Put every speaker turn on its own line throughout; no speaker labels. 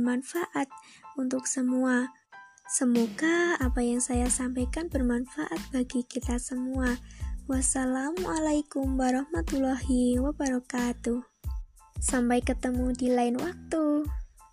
bermanfaat untuk semua. Semoga apa yang saya sampaikan bermanfaat bagi kita semua. Wassalamualaikum warahmatullahi wabarakatuh. Sampai ketemu di lain waktu.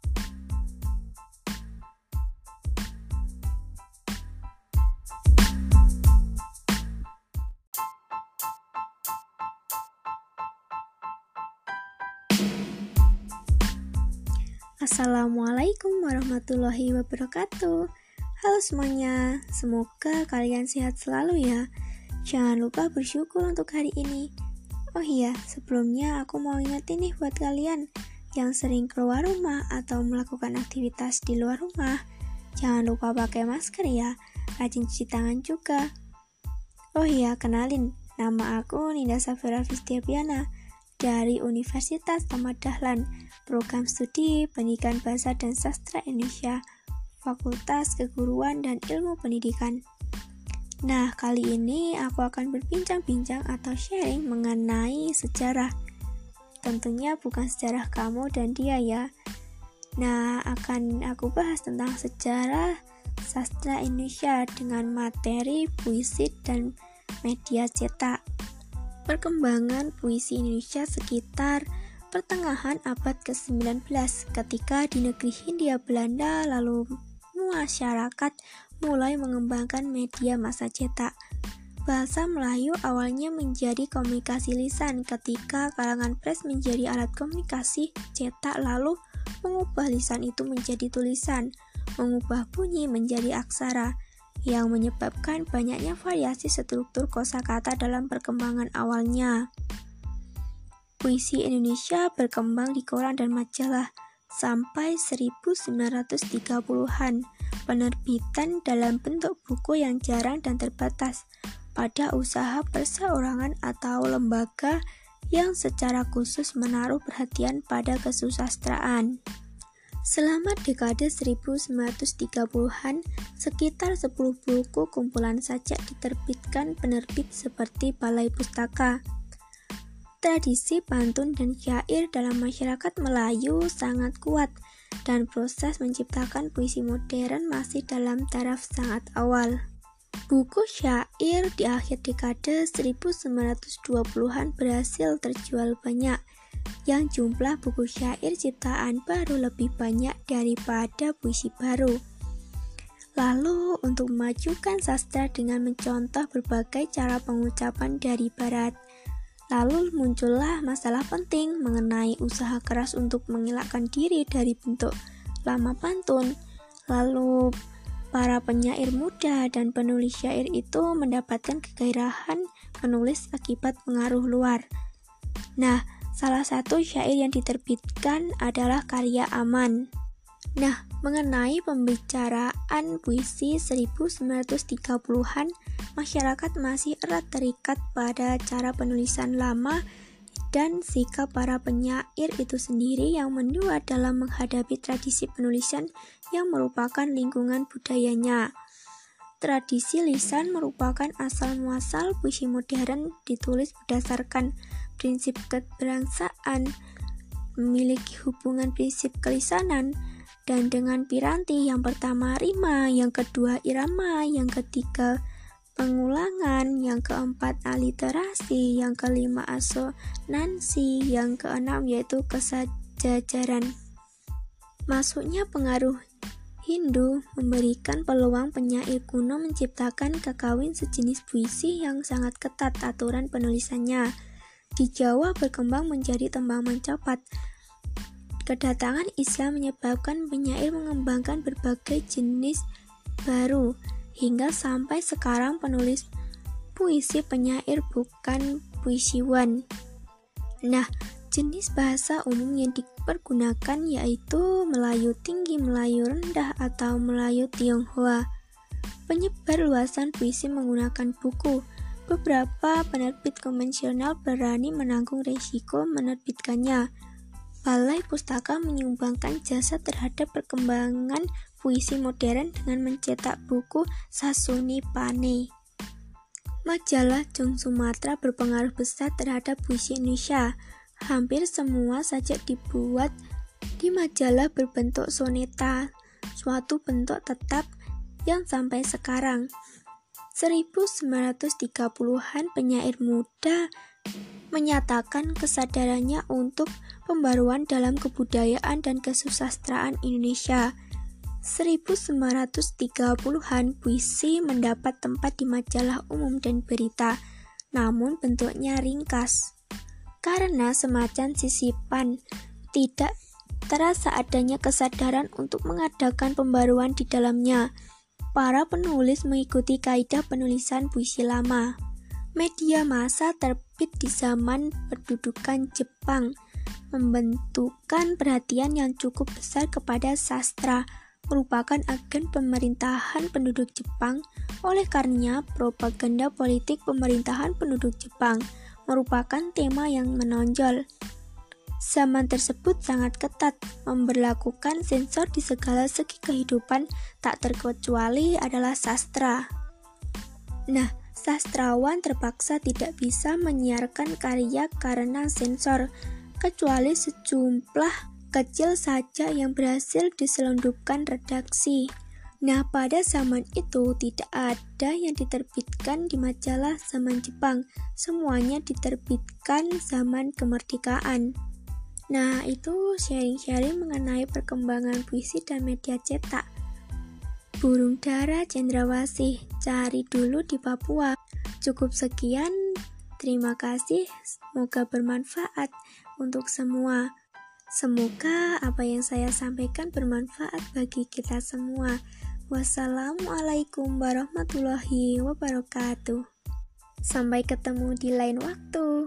Assalamualaikum warahmatullahi wabarakatuh. Halo semuanya, semoga kalian sehat selalu ya. Jangan lupa bersyukur untuk hari ini. Oh iya, sebelumnya aku mau ingetin nih buat kalian yang sering keluar rumah atau melakukan aktivitas di luar rumah, jangan lupa pakai masker ya, rajin cuci tangan juga. Oh iya, kenalin, nama aku Ninda Safira Fistiapiana dari Universitas Ahmad Dahlan, Program Studi Pendidikan Bahasa dan Sastra Indonesia, Fakultas Keguruan dan Ilmu Pendidikan. Nah, kali ini aku akan berbincang-bincang atau sharing mengenai sejarah. Tentunya bukan sejarah kamu dan dia ya. Nah, akan aku bahas tentang sejarah sastra Indonesia dengan materi puisi dan media cetak. Perkembangan puisi Indonesia sekitar pertengahan abad ke-19 ketika di negeri Hindia Belanda lalu masyarakat mulai mengembangkan media massa cetak. Bahasa Melayu awalnya menjadi komunikasi lisan ketika kalangan pers menjadi alat komunikasi cetak lalu mengubah lisan itu menjadi tulisan, mengubah bunyi menjadi aksara, yang menyebabkan banyaknya variasi struktur kosakata dalam perkembangan awalnya. Puisi Indonesia berkembang di koran dan majalah sampai 1930-an. Penerbitan dalam bentuk buku yang jarang dan terbatas pada usaha perseorangan atau lembaga yang secara khusus menaruh perhatian pada kesusastraan. Selama dekade 1930-an, sekitar 10 buku kumpulan sajak diterbitkan penerbit seperti Balai Pustaka. Tradisi pantun dan syair dalam masyarakat Melayu sangat kuat, dan proses menciptakan puisi modern masih dalam taraf sangat awal. Buku syair di akhir dekade 1920-an berhasil terjual banyak, yang jumlah buku syair ciptaan baru lebih banyak daripada puisi baru. Lalu, untuk memajukan sastra dengan mencontoh berbagai cara pengucapan dari barat, lalu muncullah masalah penting mengenai usaha keras untuk mengelakkan diri dari bentuk lama pantun. Lalu, para penyair muda dan penulis syair itu mendapatkan kegairahan menulis akibat pengaruh luar. Nah, salah satu syair yang diterbitkan adalah karya Aman. Nah, mengenai pembicaraan puisi 1930-an, masyarakat masih erat terikat pada cara penulisan lama dan sikap para penyair itu sendiri yang mendua dalam menghadapi tradisi penulisan yang merupakan lingkungan budayanya. Tradisi lisan merupakan asal-muasal puisi modern ditulis berdasarkan prinsip kebangsaan, memiliki hubungan prinsip kelisanan, dan dengan piranti yang pertama rima, yang kedua irama, yang ketiga pengulangan, yang keempat aliterasi, yang kelima asonansi, yang keenam yaitu kesejajaran. Masuknya pengaruh Hindu memberikan peluang penyair kuno menciptakan kakawin sejenis puisi yang sangat ketat aturan penulisannya. Di Jawa berkembang menjadi tembang mencopat. Kedatangan Islam menyebabkan penyair mengembangkan berbagai jenis baru, hingga sampai sekarang penulis puisi penyair bukan puisiwan. Nah, jenis bahasa umum yang dipergunakan yaitu Melayu tinggi, Melayu rendah, atau Melayu Tionghoa. Penyebar luasan puisi menggunakan buku. Beberapa penerbit konvensional berani menanggung risiko menerbitkannya. Balai Pustaka menyumbangkan jasa terhadap perkembangan puisi modern dengan mencetak buku Sasuni Pane. Majalah Jong Sumatera berpengaruh besar terhadap puisi Indonesia. Hampir semua sajak dibuat Di majalah berbentuk soneta, suatu bentuk tetap yang sampai sekarang 1930-an penyair muda menyatakan kesadarannya untuk pembaruan dalam kebudayaan dan kesusastraan Indonesia. 1930-an puisi mendapat tempat di majalah umum dan berita, namun bentuknya ringkas. Karena semacam sisipan, tidak terasa adanya kesadaran untuk mengadakan pembaruan di dalamnya. Para penulis mengikuti kaidah penulisan puisi lama. Media massa terbit di zaman perdudukan Jepang, membentukkan perhatian yang cukup besar kepada sastra, merupakan agen pemerintahan penduduk Jepang. Oleh karenanya, propaganda politik pemerintahan penduduk Jepang merupakan tema yang menonjol. Zaman tersebut sangat ketat, memberlakukan sensor di segala segi kehidupan, tak terkecuali adalah sastra. Nah, sastrawan terpaksa tidak bisa menyiarkan karya karena sensor, kecuali sejumlah kecil saja yang berhasil diselundupkan redaksi. Nah, pada zaman itu tidak ada yang diterbitkan di majalah zaman Jepang, semuanya diterbitkan zaman kemerdekaan. Nah, itu sharing-sharing mengenai perkembangan puisi dan media cetak. Burung dara cendrawasih, cari dulu di Papua. Cukup sekian, terima kasih, semoga bermanfaat untuk semua. Semoga apa yang saya sampaikan bermanfaat bagi kita semua. Wassalamualaikum warahmatullahi wabarakatuh. Sampai ketemu di lain waktu.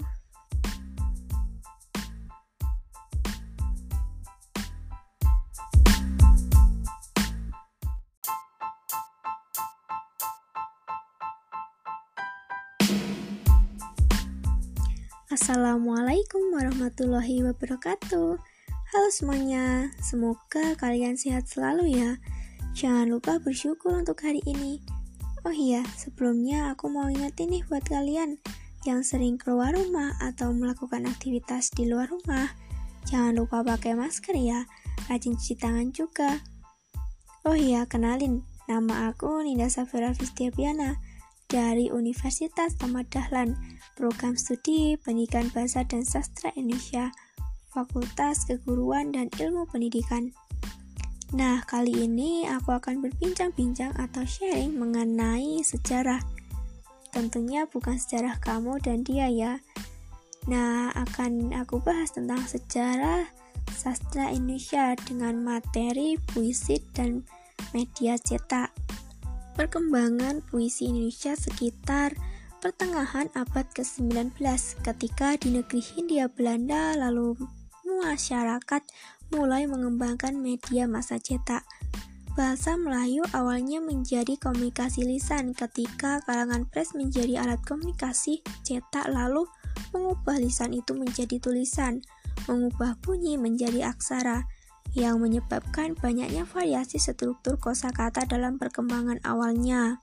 Assalamualaikum warahmatullahi wabarakatuh. Halo semuanya, semoga kalian sehat selalu ya. Jangan lupa bersyukur untuk hari ini. Oh iya, sebelumnya aku mau ingetin nih buat kalian yang sering keluar rumah atau melakukan aktivitas di luar rumah, jangan lupa pakai masker ya, rajin cuci tangan juga. Oh iya, kenalin, nama aku Ninda Safira Fistiapiana dari Universitas Ahmad Dahlan, Program Studi Pendidikan Bahasa dan Sastra Indonesia, Fakultas Keguruan dan Ilmu Pendidikan. Nah, kali ini aku akan berbincang-bincang atau sharing mengenai sejarah. Tentunya bukan sejarah kamu dan dia ya. Nah, akan aku bahas tentang sejarah sastra Indonesia dengan materi puisi dan media cetak. Perkembangan puisi Indonesia sekitar pertengahan abad ke-19 ketika di negeri Hindia Belanda lalu masyarakat mulai mengembangkan media massa cetak. Bahasa Melayu awalnya menjadi komunikasi lisan ketika kalangan pers menjadi alat komunikasi cetak lalu mengubah lisan itu menjadi tulisan, mengubah bunyi menjadi aksara, yang menyebabkan banyaknya variasi struktur kosakata dalam perkembangan awalnya.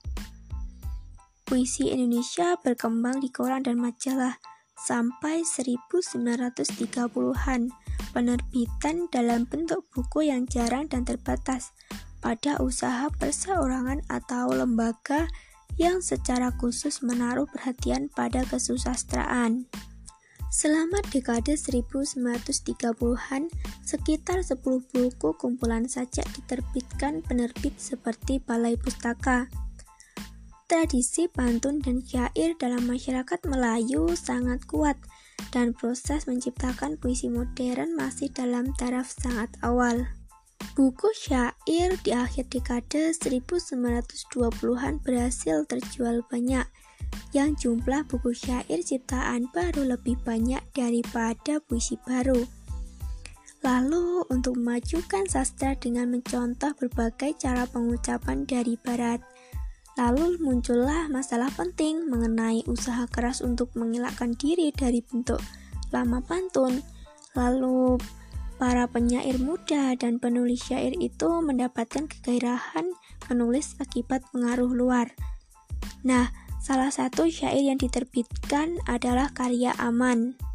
Puisi Indonesia berkembang di koran dan majalah sampai 1930-an, penerbitan dalam bentuk buku yang jarang dan terbatas pada usaha perseorangan atau lembaga yang secara khusus menaruh perhatian pada kesusastraan. Selama dekade 1930-an, sekitar 10 buku kumpulan sajak diterbitkan penerbit seperti Balai Pustaka. Tradisi pantun dan syair dalam masyarakat Melayu sangat kuat dan proses menciptakan puisi modern masih dalam taraf sangat awal. Buku syair di akhir dekade 1920-an berhasil terjual banyak, yang jumlah buku syair ciptaan baru lebih banyak daripada puisi baru. Lalu, untuk memajukan sastra dengan mencontoh berbagai cara pengucapan dari barat, lalu muncullah masalah penting mengenai usaha keras untuk mengelakkan diri dari bentuk lama pantun. Lalu para penyair muda dan penulis syair itu mendapatkan kegairahan menulis akibat pengaruh luar. Nah, salah satu syair yang diterbitkan adalah karya Aman.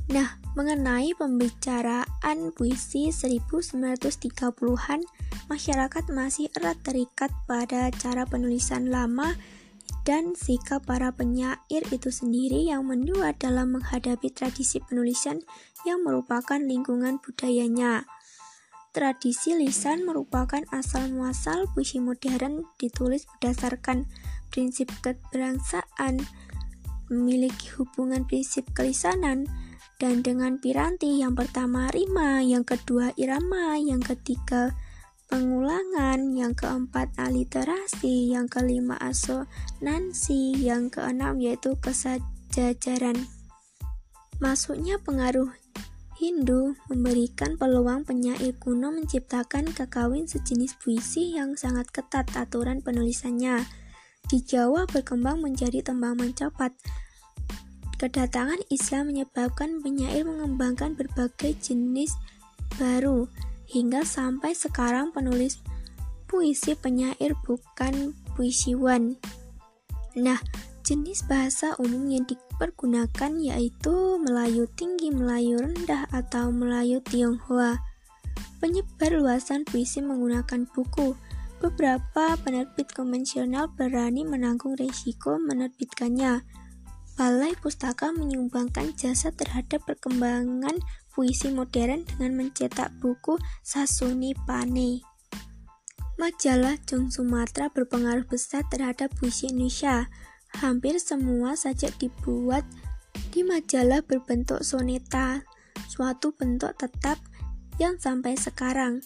Nah, mengenai pembicaraan puisi 1930-an, masyarakat masih erat terikat pada cara penulisan lama dan sikap para penyair itu sendiri yang mendua dalam menghadapi tradisi penulisan yang merupakan lingkungan budayanya. Tradisi lisan merupakan asal-muasal puisi modern ditulis berdasarkan prinsip kebangsaan, memiliki hubungan prinsip kelisanan, dan dengan piranti yang pertama rima, yang kedua irama, yang ketiga pengulangan, yang keempat aliterasi, yang kelima asonansi, yang keenam yaitu kesejajaran. Masuknya pengaruh Hindu memberikan peluang penyair kuno menciptakan kakawin sejenis puisi yang sangat ketat aturan penulisannya. Di Jawa berkembang menjadi tembang mencopat. Kedatangan Islam menyebabkan penyair mengembangkan berbagai jenis baru. Hingga sampai sekarang penulis puisi penyair bukan puisiwan. Nah, jenis bahasa umum yang dipergunakan yaitu Melayu tinggi, Melayu rendah, atau Melayu Tionghoa. Penyebar luasan puisi menggunakan buku. Beberapa penerbit konvensional berani menanggung risiko menerbitkannya. Balai Pustaka menyumbangkan jasa terhadap perkembangan puisi modern dengan mencetak buku Sasunipane. Majalah Jong Sumatera berpengaruh besar terhadap puisi Indonesia. Hampir semua sajak dibuat di majalah berbentuk soneta, suatu bentuk tetap yang sampai sekarang.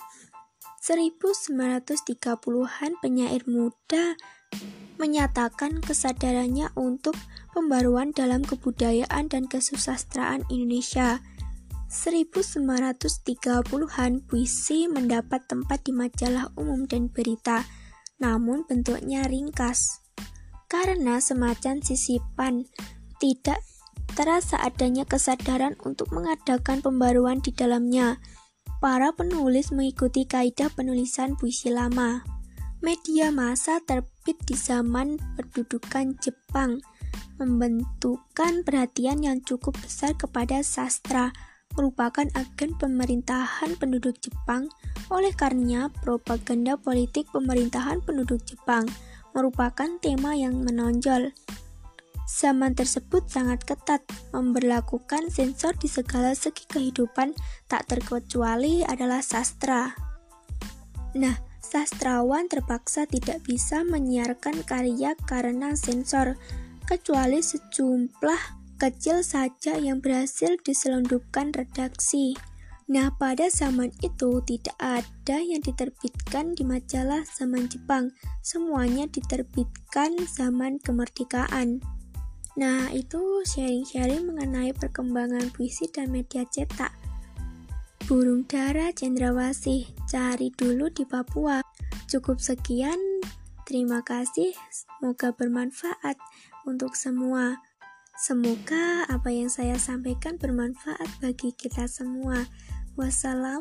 1930-an penyair muda menyatakan kesadarannya untuk pembaruan dalam kebudayaan dan kesusastraan Indonesia. 1930-an puisi mendapat tempat di majalah umum dan berita, namun bentuknya ringkas. Karena semacam sisipan, tidak terasa adanya kesadaran untuk mengadakan pembaruan di dalamnya. Para penulis mengikuti kaidah penulisan puisi lama. Media massa terbit di zaman perdudukan Jepang, membentukkan perhatian yang cukup besar kepada sastra, merupakan agen pemerintahan penduduk Jepang. Oleh karenanya, propaganda politik pemerintahan penduduk Jepang merupakan tema yang menonjol. Zaman tersebut sangat ketat, memberlakukan sensor di segala segi kehidupan, tak terkecuali adalah sastra. Nah, sastrawan terpaksa tidak bisa menyiarkan karya karena sensor, kecuali sejumlah kecil saja yang berhasil diselundupkan redaksi. Nah, pada zaman itu tidak ada yang diterbitkan di majalah zaman Jepang, semuanya diterbitkan zaman kemerdekaan. Nah, itu sharing-sharing mengenai perkembangan puisi dan media cetak. Burung dara cendrawasih, cari dulu di Papua. Cukup sekian, terima kasih, semoga bermanfaat untuk semua. Semoga apa yang saya sampaikan bermanfaat bagi kita semua.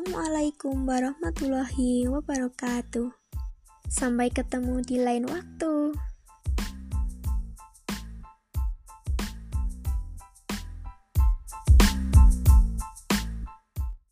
Wassalamualaikum warahmatullahi wabarakatuh. Sampai ketemu di lain waktu.